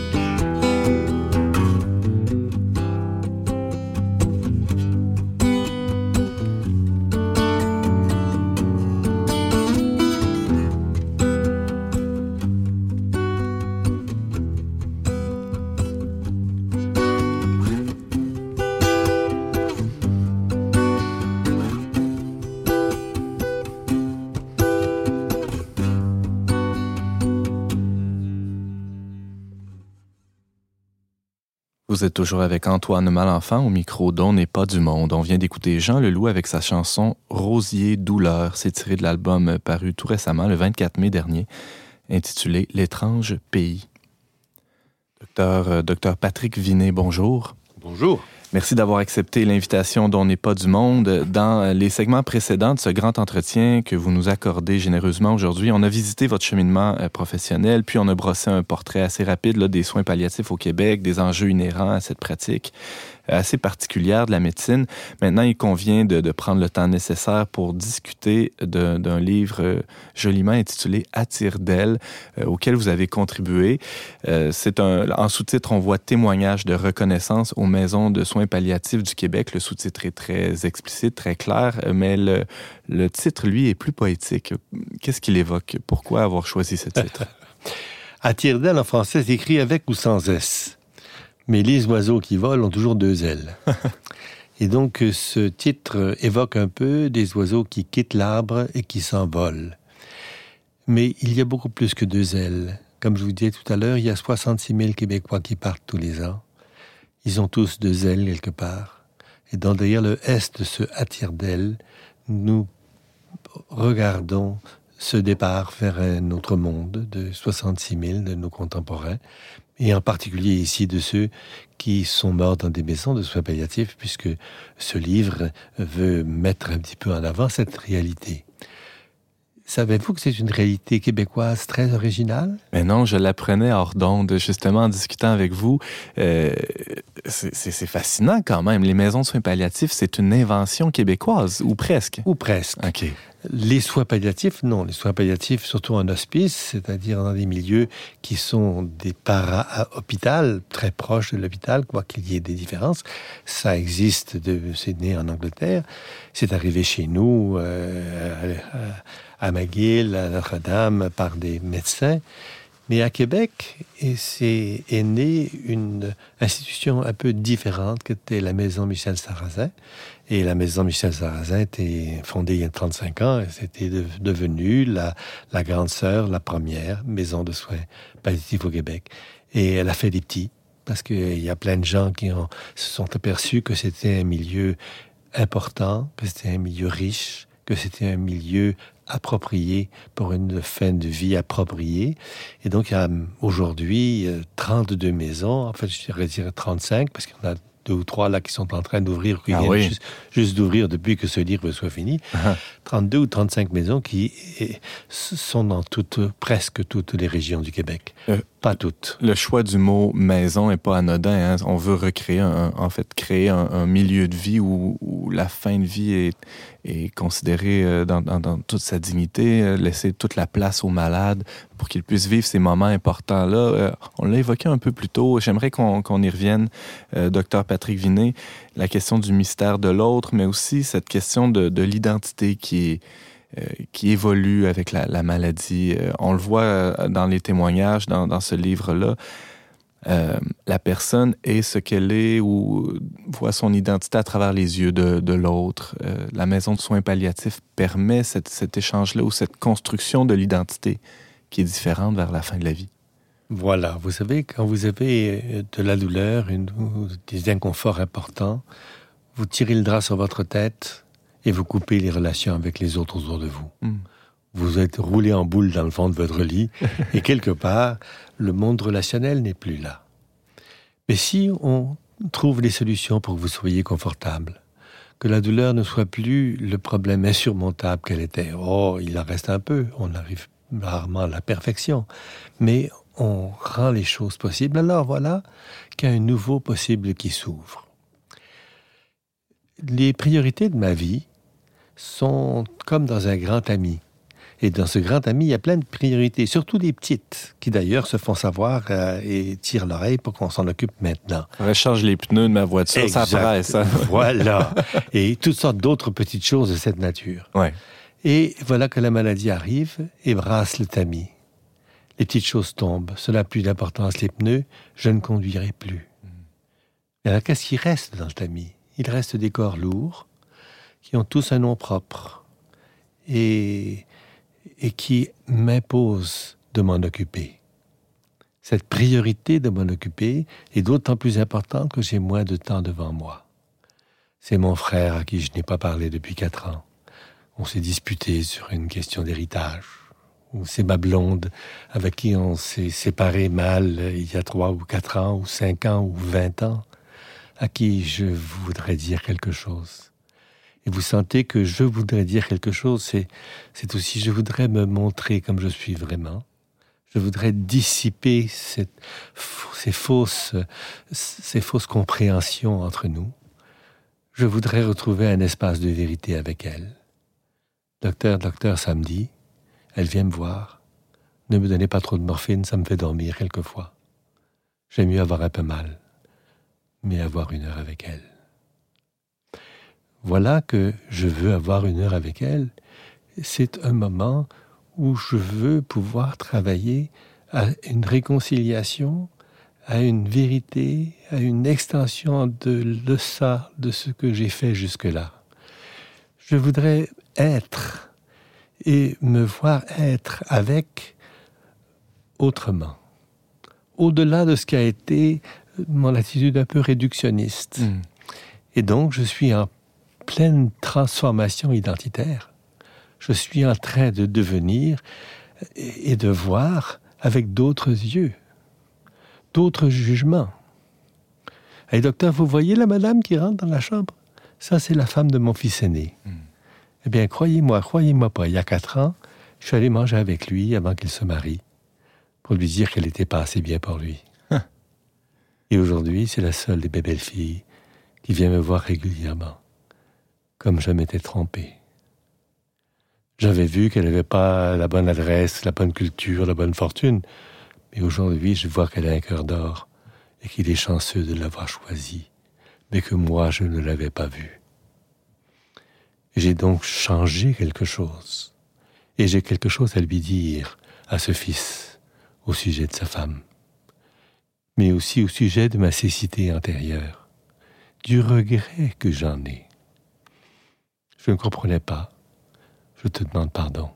Vous êtes toujours avec Antoine Malenfant au micro d'On n'est pas du monde. On vient d'écouter Jean Leloup avec sa chanson « Rosier douleur ». C'est tiré de l'album paru tout récemment, le 24 mai dernier, intitulé « L'étrange pays ». Docteur Patrick Vinet, bonjour. Bonjour. Merci d'avoir accepté l'invitation d'On n'est pas du monde. Dans les segments précédents de ce grand entretien que vous nous accordez généreusement aujourd'hui, on a visité votre cheminement professionnel, puis on a brossé un portrait assez rapide là, des soins palliatifs au Québec, des enjeux inhérents à cette pratique assez particulière de la médecine. Maintenant, il convient de prendre le temps nécessaire pour discuter d'un livre joliment intitulé « À tire d'aile » auquel vous avez contribué. En sous-titre, on voit « Témoignages de reconnaissance aux maisons de soins palliatifs du Québec ». Le sous-titre est très explicite, très clair, mais le titre, lui, est plus poétique. Qu'est-ce qu'il évoque? Pourquoi avoir choisi ce titre? À tire d'aile, en français, c'est écrit avec ou sans S. Mais les oiseaux qui volent ont toujours deux ailes. Et donc, ce titre évoque un peu des oiseaux qui quittent l'arbre et qui s'envolent. Mais il y a beaucoup plus que deux ailes. Comme je vous disais tout à l'heure, il y a 66 000 Québécois qui partent tous les ans. Ils ont tous 2 ailes quelque part. Et derrière le S de ce attire-d'aile, nous regardons ce départ vers un autre monde de 66 000 de nos contemporains, et en particulier ici de ceux qui sont morts dans des maisons de soins palliatifs, puisque ce livre veut mettre un petit peu en avant cette réalité. Savez-vous que c'est une réalité québécoise très originale? Mais non, je l'apprenais hors d'onde, justement, en discutant avec vous. C'est fascinant quand même. Les maisons de soins palliatifs, c'est une invention québécoise, ou presque? Ou presque. OK. Les soins palliatifs, non. Les soins palliatifs, surtout en hospice, c'est-à-dire dans des milieux qui sont des para-hôpital, très proches de l'hôpital, quoi qu'il y ait des différences. Ça existe, c'est né en Angleterre. C'est arrivé chez nous, à McGill, à Notre-Dame, par des médecins. Mais à Québec, est née une institution un peu différente que était la Maison Michel Sarrazin. Et la Maison Michel Sarrazin était fondée il y a 35 ans et c'était devenue la grande sœur, la première maison de soins palliatifs au Québec. Et elle a fait des petits, parce qu'il y a plein de gens qui se sont aperçus que c'était un milieu important, que c'était un milieu riche, que c'était un milieu approprié pour une fin de vie appropriée. Et donc, il y a aujourd'hui 32 maisons, en fait, je dirais 35, parce qu'il y en a 2 ou 3 là qui sont en train d'ouvrir, qui viennent juste d'ouvrir depuis que ce livre soit fini. 32 ou 35 maisons qui sont dans presque toutes les régions du Québec. Pas toutes. Le choix du mot « maison » n'est pas anodin. Hein? On veut créer un milieu de vie où la fin de vie est considérée dans toute sa dignité, laisser toute la place aux malades pour qu'ils puissent vivre ces moments importants-là. On l'a évoqué un peu plus tôt. J'aimerais qu'on y revienne, Dr Patrick Vinet, la question du mystère de l'autre, mais aussi cette question de l'identité qui évolue avec la maladie. On le voit dans les témoignages, dans ce livre-là. La personne est ce qu'elle est ou voit son identité à travers les yeux de l'autre. La maison de soins palliatifs permet cet échange-là ou cette construction de l'identité qui est différente vers la fin de la vie. Voilà, vous savez, quand vous avez de la douleur, des inconforts importants, vous tirez le drap sur votre tête et vous coupez les relations avec les autres autour de vous. Vous êtes roulé en boule dans le fond de votre lit et quelque part, le monde relationnel n'est plus là. Mais si on trouve des solutions pour que vous soyez confortable, que la douleur ne soit plus le problème insurmontable qu'elle était, il en reste un peu, on arrive rarement à la perfection, mais on rend les choses possibles, alors voilà qu'il y a un nouveau possible qui s'ouvre. Les priorités de ma vie sont comme dans un grand ami. Et dans ce grand ami, il y a plein de priorités, surtout des petites, qui d'ailleurs se font savoir et tirent l'oreille pour qu'on s'en occupe maintenant. Rechange les pneus de ma voiture, exact. Ça presse. Hein? Voilà. Et toutes sortes d'autres petites choses de cette nature. Ouais. Et voilà que la maladie arrive et brasse le tamis. Les petites choses tombent. Cela a plus d'importance. Les pneus, je ne conduirai plus. Et alors, qu'est-ce qui reste dans le tamis? Il reste des corps lourds qui ont tous un nom propre et qui m'imposent de m'en occuper. Cette priorité de m'en occuper est d'autant plus importante que j'ai moins de temps devant moi. C'est mon frère à qui je n'ai pas parlé depuis 4 ans. On s'est disputé sur une question d'héritage. Ou c'est ma blonde avec qui on s'est séparé mal il y a 3 ou 4 ans, ou 5 ans, ou 20 ans, à qui je voudrais dire quelque chose. Et vous sentez que je voudrais dire quelque chose, c'est aussi je voudrais me montrer comme je suis vraiment. Je voudrais dissiper ces fausses compréhensions entre nous. Je voudrais retrouver un espace de vérité avec elle. Docteur, samedi, elle vient me voir. Ne me donnez pas trop de morphine, ça me fait dormir quelquefois. J'aime mieux avoir un peu mal, mais avoir 1 heure avec elle. Voilà que je veux avoir 1 heure avec elle. C'est un moment où je veux pouvoir travailler à une réconciliation, à une vérité, à une extension de ce que j'ai fait jusque-là. Je voudrais être et me voir être avec autrement, au-delà de ce qu'a été mon attitude un peu réductionniste. Et donc, je suis en pleine transformation identitaire. Je suis en train de devenir et de voir avec d'autres yeux, d'autres jugements. Hey, docteur, vous voyez la madame qui rentre dans la chambre? Ça, c'est la femme de mon fils aîné. Eh bien, croyez-moi pas, il y a 4 ans, je suis allé manger avec lui avant qu'il se marie, pour lui dire qu'elle n'était pas assez bien pour lui. Et aujourd'hui, c'est la seule des belles filles qui vient me voir régulièrement, comme je m'étais trompé. J'avais vu qu'elle n'avait pas la bonne adresse, la bonne culture, la bonne fortune. Mais aujourd'hui, je vois qu'elle a un cœur d'or et qu'il est chanceux de l'avoir choisi, mais que moi, je ne l'avais pas vue. J'ai donc changé quelque chose. Et j'ai quelque chose à lui dire, à ce fils, au sujet de sa femme. Mais aussi au sujet de ma cécité antérieure, du regret que j'en ai. Je ne comprenais pas. Je te demande pardon.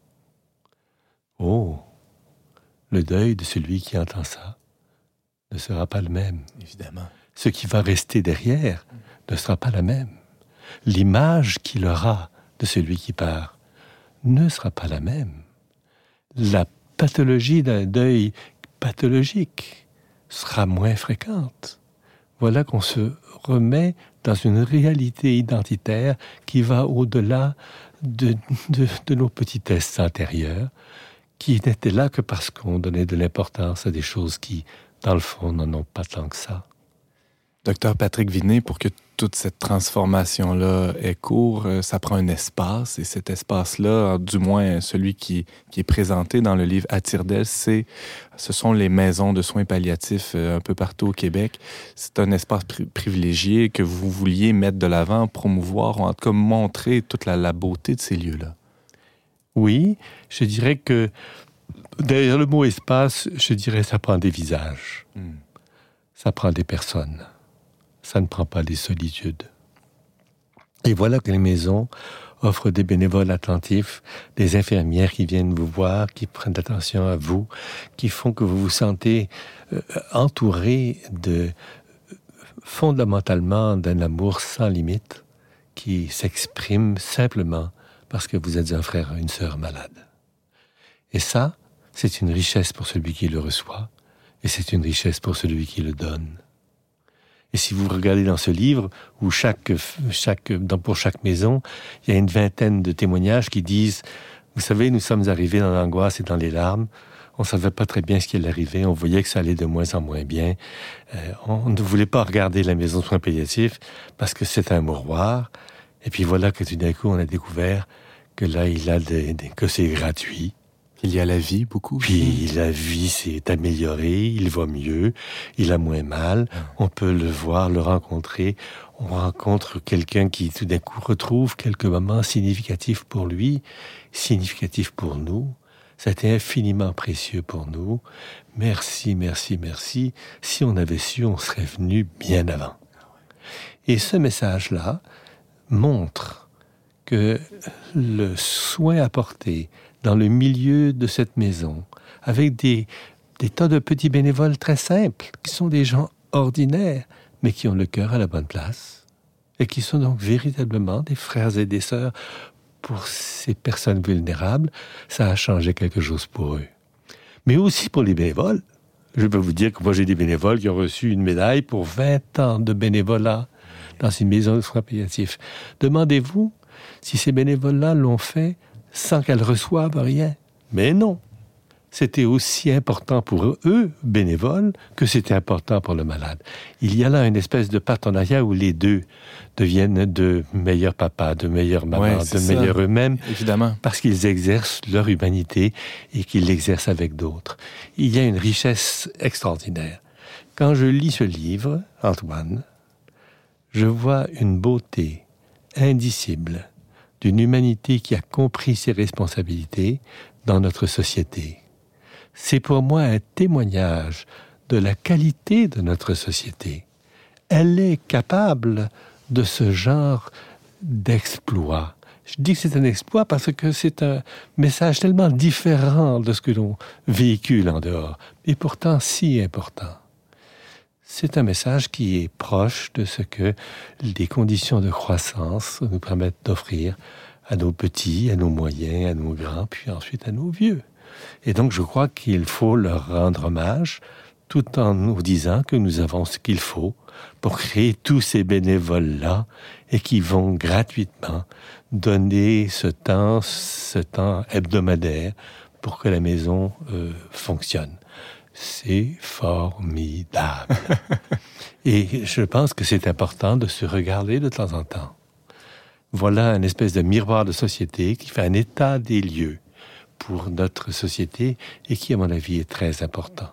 Oh, le deuil de celui qui entend ça ne sera pas le même. Évidemment. Ce qui va rester derrière ne sera pas la même. L'image qu'il aura de celui qui part ne sera pas la même. La pathologie d'un deuil pathologique sera moins fréquente. Voilà qu'on se remet dans une réalité identitaire qui va au-delà de nos petitesses intérieures, qui n'étaient là que parce qu'on donnait de l'importance à des choses qui, dans le fond, n'en ont pas tant que ça. Docteur Patrick Vinet, pour que toute cette transformation-là ait cours, ça prend un espace, et cet espace-là, du moins celui qui est présenté dans le livre À tire-d'aile, ce sont les maisons de soins palliatifs un peu partout au Québec. C'est un espace privilégié que vous vouliez mettre de l'avant, promouvoir, en tout cas montrer toute la beauté de ces lieux-là. Oui, je dirais que derrière le mot espace, je dirais ça prend des visages, ça prend des personnes. Ça ne prend pas des solitudes. Et voilà que les maisons offrent des bénévoles attentifs, des infirmières qui viennent vous voir, qui prennent attention à vous, qui font que vous vous sentez entouré fondamentalement d'un amour sans limite qui s'exprime simplement parce que vous êtes un frère, une sœur malade. Et ça, c'est une richesse pour celui qui le reçoit et c'est une richesse pour celui qui le donne. Et si vous regardez dans ce livre, où pour chaque maison, il y a une vingtaine de témoignages qui disent « Vous savez, nous sommes arrivés dans l'angoisse et dans les larmes. On ne savait pas très bien ce qui allait arriver. On voyait que ça allait de moins en moins bien. On ne voulait pas regarder la maison de soins palliatifs parce que c'est un mouroir. Et puis voilà que tout d'un coup, on a découvert que là, que c'est gratuit. » Il y a la vie, beaucoup. Puis la vie s'est améliorée, il va mieux, il a moins mal, on peut le voir, le rencontrer. On rencontre quelqu'un qui tout d'un coup retrouve quelques moments significatifs pour lui, significatifs pour nous. Ça a été infiniment précieux pour nous. Merci, merci, merci. Si on avait su, on serait venu bien avant. Et ce message-là montre que le soin apporté dans le milieu de cette maison, avec des tas de petits bénévoles très simples, qui sont des gens ordinaires, mais qui ont le cœur à la bonne place, et qui sont donc véritablement des frères et des sœurs pour ces personnes vulnérables. Ça a changé quelque chose pour eux. Mais aussi pour les bénévoles. Je peux vous dire que moi, j'ai des bénévoles qui ont reçu une médaille pour 20 ans de bénévolat dans une maison de soins palliatifs. Demandez-vous si ces bénévoles-là l'ont fait sans qu'elles reçoivent rien. Mais non. C'était aussi important pour eux, bénévoles, que c'était important pour le malade. Il y a là une espèce de partenariat où les deux deviennent de meilleurs papas, de meilleures mamans, meilleurs eux-mêmes. Évidemment. Parce qu'ils exercent leur humanité et qu'ils l'exercent avec d'autres. Il y a une richesse extraordinaire. Quand je lis ce livre, Antoine, je vois une beauté indicible d'une humanité qui a compris ses responsabilités dans notre société. C'est pour moi un témoignage de la qualité de notre société. Elle est capable de ce genre d'exploit. Je dis que c'est un exploit parce que c'est un message tellement différent de ce que l'on véhicule en dehors, et pourtant si important. C'est un message qui est proche de ce que les conditions de croissance nous permettent d'offrir à nos petits, à nos moyens, à nos grands, puis ensuite à nos vieux. Et donc je crois qu'il faut leur rendre hommage tout en nous disant que nous avons ce qu'il faut pour créer tous ces bénévoles-là et qui vont gratuitement donner ce temps hebdomadaire pour que la maison fonctionne. C'est formidable. Et je pense que c'est important de se regarder de temps en temps. Voilà une espèce de miroir de société qui fait un état des lieux pour notre société et qui, à mon avis, est très important.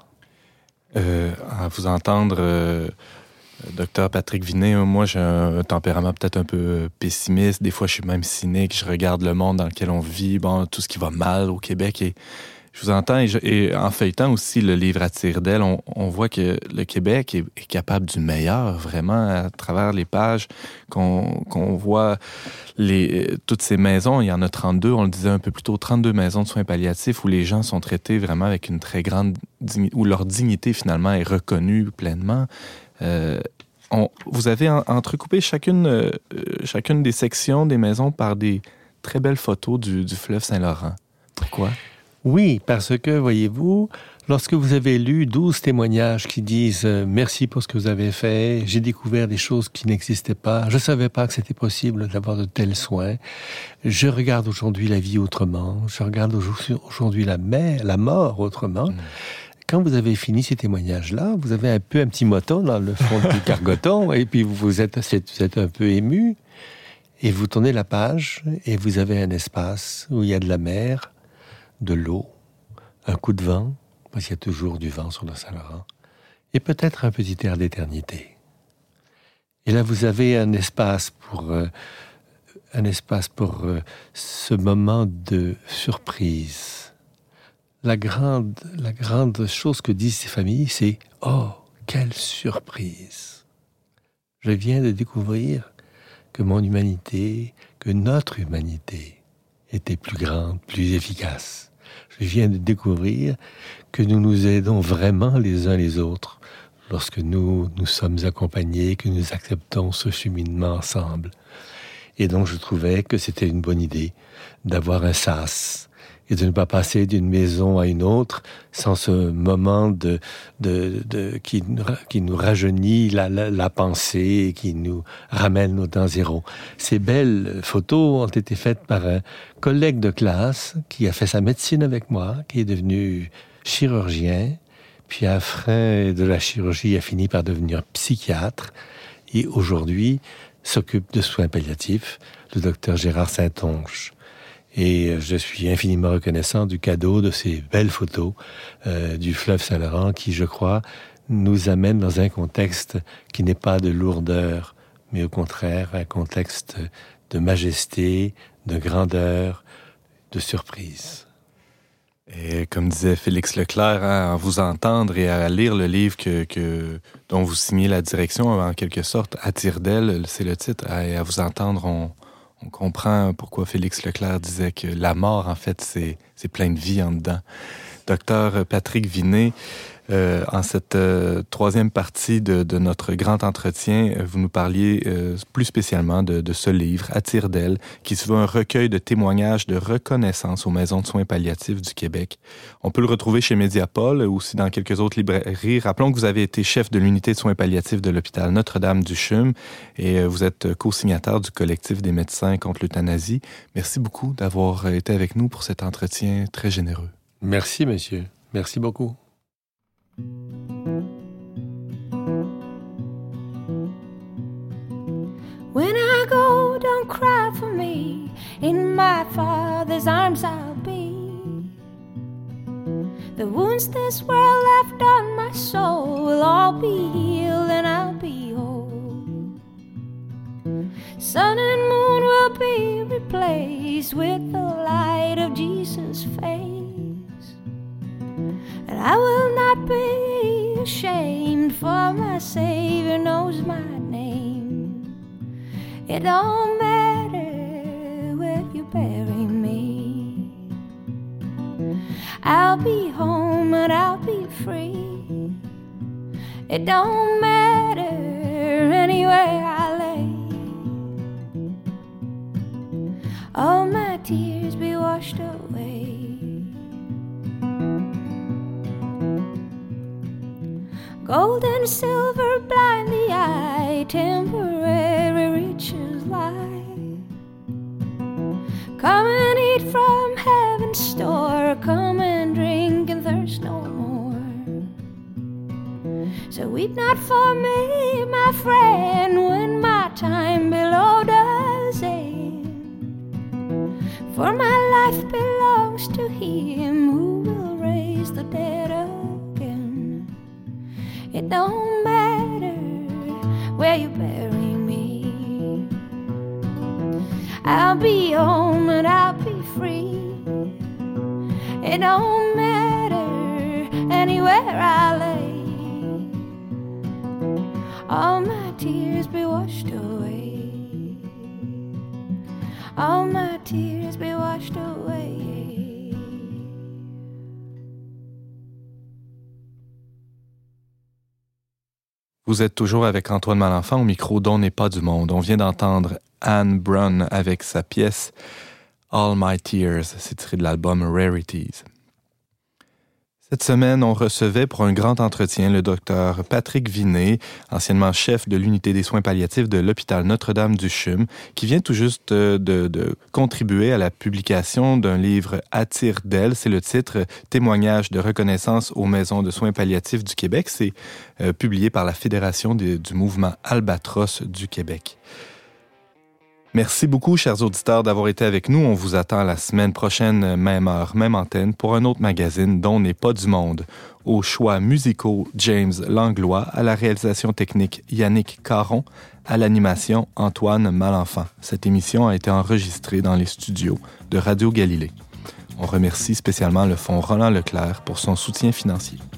À vous entendre, docteur Patrick Vinet, moi j'ai un tempérament peut-être un peu pessimiste. Des fois, je suis même cynique. Je regarde le monde dans lequel on vit, tout ce qui va mal au Québec. Et je vous entends, et en feuilletant aussi le livre À tire-d'aile, on voit que le Québec est capable du meilleur, vraiment, à travers les pages, qu'on voit toutes ces maisons. Il y en a 32, on le disait un peu plus tôt, 32 maisons de soins palliatifs où les gens sont traités vraiment avec une très grande dignité, où leur dignité, finalement, est reconnue pleinement. Vous avez entrecoupé chacune des sections des maisons par des très belles photos du fleuve Saint-Laurent. Pourquoi? Oui, parce que, voyez-vous, lorsque vous avez lu 12 témoignages qui disent « Merci pour ce que vous avez fait, j'ai découvert des choses qui n'existaient pas, je ne savais pas que c'était possible d'avoir de tels soins, je regarde aujourd'hui la vie autrement, je regarde aujourd'hui la mort autrement », quand vous avez fini ces témoignages-là, vous avez un petit moton dans le fond du cargoton, et puis vous êtes un peu ému, et vous tournez la page, et vous avez un espace où il y a de la mer, de l'eau, un coup de vent, parce qu'il y a toujours du vent sur le Saint-Laurent, et peut-être un petit air d'éternité. Et là, vous avez un espace pour ce moment de surprise. La grande chose que disent ces familles, c'est « Oh, quelle surprise !» Je viens de découvrir que mon humanité, que notre humanité était plus grande, plus efficace. Je viens de découvrir que nous nous aidons vraiment les uns les autres lorsque nous sommes accompagnés, que nous acceptons ce cheminement ensemble. Et donc je trouvais que c'était une bonne idée d'avoir un sas et de ne pas passer d'une maison à une autre sans ce moment qui nous rajeunit la pensée et qui nous ramène au temps zéro. Ces belles photos ont été faites par un collègue de classe qui a fait sa médecine avec moi, qui est devenu chirurgien, puis après de la chirurgie a fini par devenir psychiatre et aujourd'hui s'occupe de soins palliatifs, le docteur Gérard Saint-Onge. Et je suis infiniment reconnaissant du cadeau de ces belles photos du fleuve Saint-Laurent qui, je crois, nous amène dans un contexte qui n'est pas de lourdeur, mais au contraire un contexte de majesté, de grandeur, de surprise. Et comme disait Félix Leclerc, à vous entendre et à lire le livre dont vous signez la direction, en quelque sorte, À tire-d'aile, c'est le titre, et à vous entendre, on comprend pourquoi Félix Leclerc disait que la mort, en fait, c'est plein de vie en dedans. Docteur Patrick Vinet, en cette troisième partie de notre grand entretien, vous nous parliez plus spécialement de ce livre, À tire-d'aile, qui se veut un recueil de témoignages de reconnaissance aux maisons de soins palliatifs du Québec. On peut le retrouver chez Mediapol, ou aussi dans quelques autres librairies. Rappelons que vous avez été chef de l'unité de soins palliatifs de l'hôpital Notre-Dame du CHUM et vous êtes co-signataire du collectif des médecins contre l'euthanasie. Merci beaucoup d'avoir été avec nous pour cet entretien très généreux. Merci, monsieur. Merci beaucoup. When I go, don't cry for me. In my Father's arms I'll be. The wounds this world left on my soul will all be healed and I'll be whole. Sun and moon will be replaced with the light of Jesus' face. And I will not be ashamed, for my Savior knows my name. It don't matter where you I'll be home and I'll be free. It don't matter anywhere I lay. All my tears be washed away. Gold and silver blind the eye, temporary riches lie. Come and eat from heaven's store, come and drink and thirst no more. So weep not for me, my friend, when my time below does end. For my life belongs to Him who will raise the dead again. It don't matter where you bury me. I'll be home and I'll be free. It don't matter anywhere I lay. All my tears be washed away. All my tears be washed away. Vous êtes toujours avec Antoine Malenfant au micro d'On n'est pas du monde. On vient d'entendre Anne Brunn avec sa pièce All My Tears. C'est tiré de l'album Rarities. Cette semaine, on recevait pour un grand entretien le docteur Patrick Vinet, anciennement chef de l'unité des soins palliatifs de l'hôpital Notre-Dame du CHUM, qui vient tout juste de contribuer à la publication d'un livre « À tire d'aile ». C'est le titre « Témoignage de reconnaissance aux maisons de soins palliatifs du Québec ». C'est publié par la Fédération du mouvement Albatros du Québec. Merci beaucoup, chers auditeurs, d'avoir été avec nous. On vous attend la semaine prochaine, même heure, même antenne, pour un autre magazine dont n'est pas du monde. Aux choix musicaux, James Langlois, à la réalisation technique, Yannick Caron, à l'animation, Antoine Malenfant. Cette émission a été enregistrée dans les studios de Radio Galilée. On remercie spécialement le Fonds Roland Leclerc pour son soutien financier.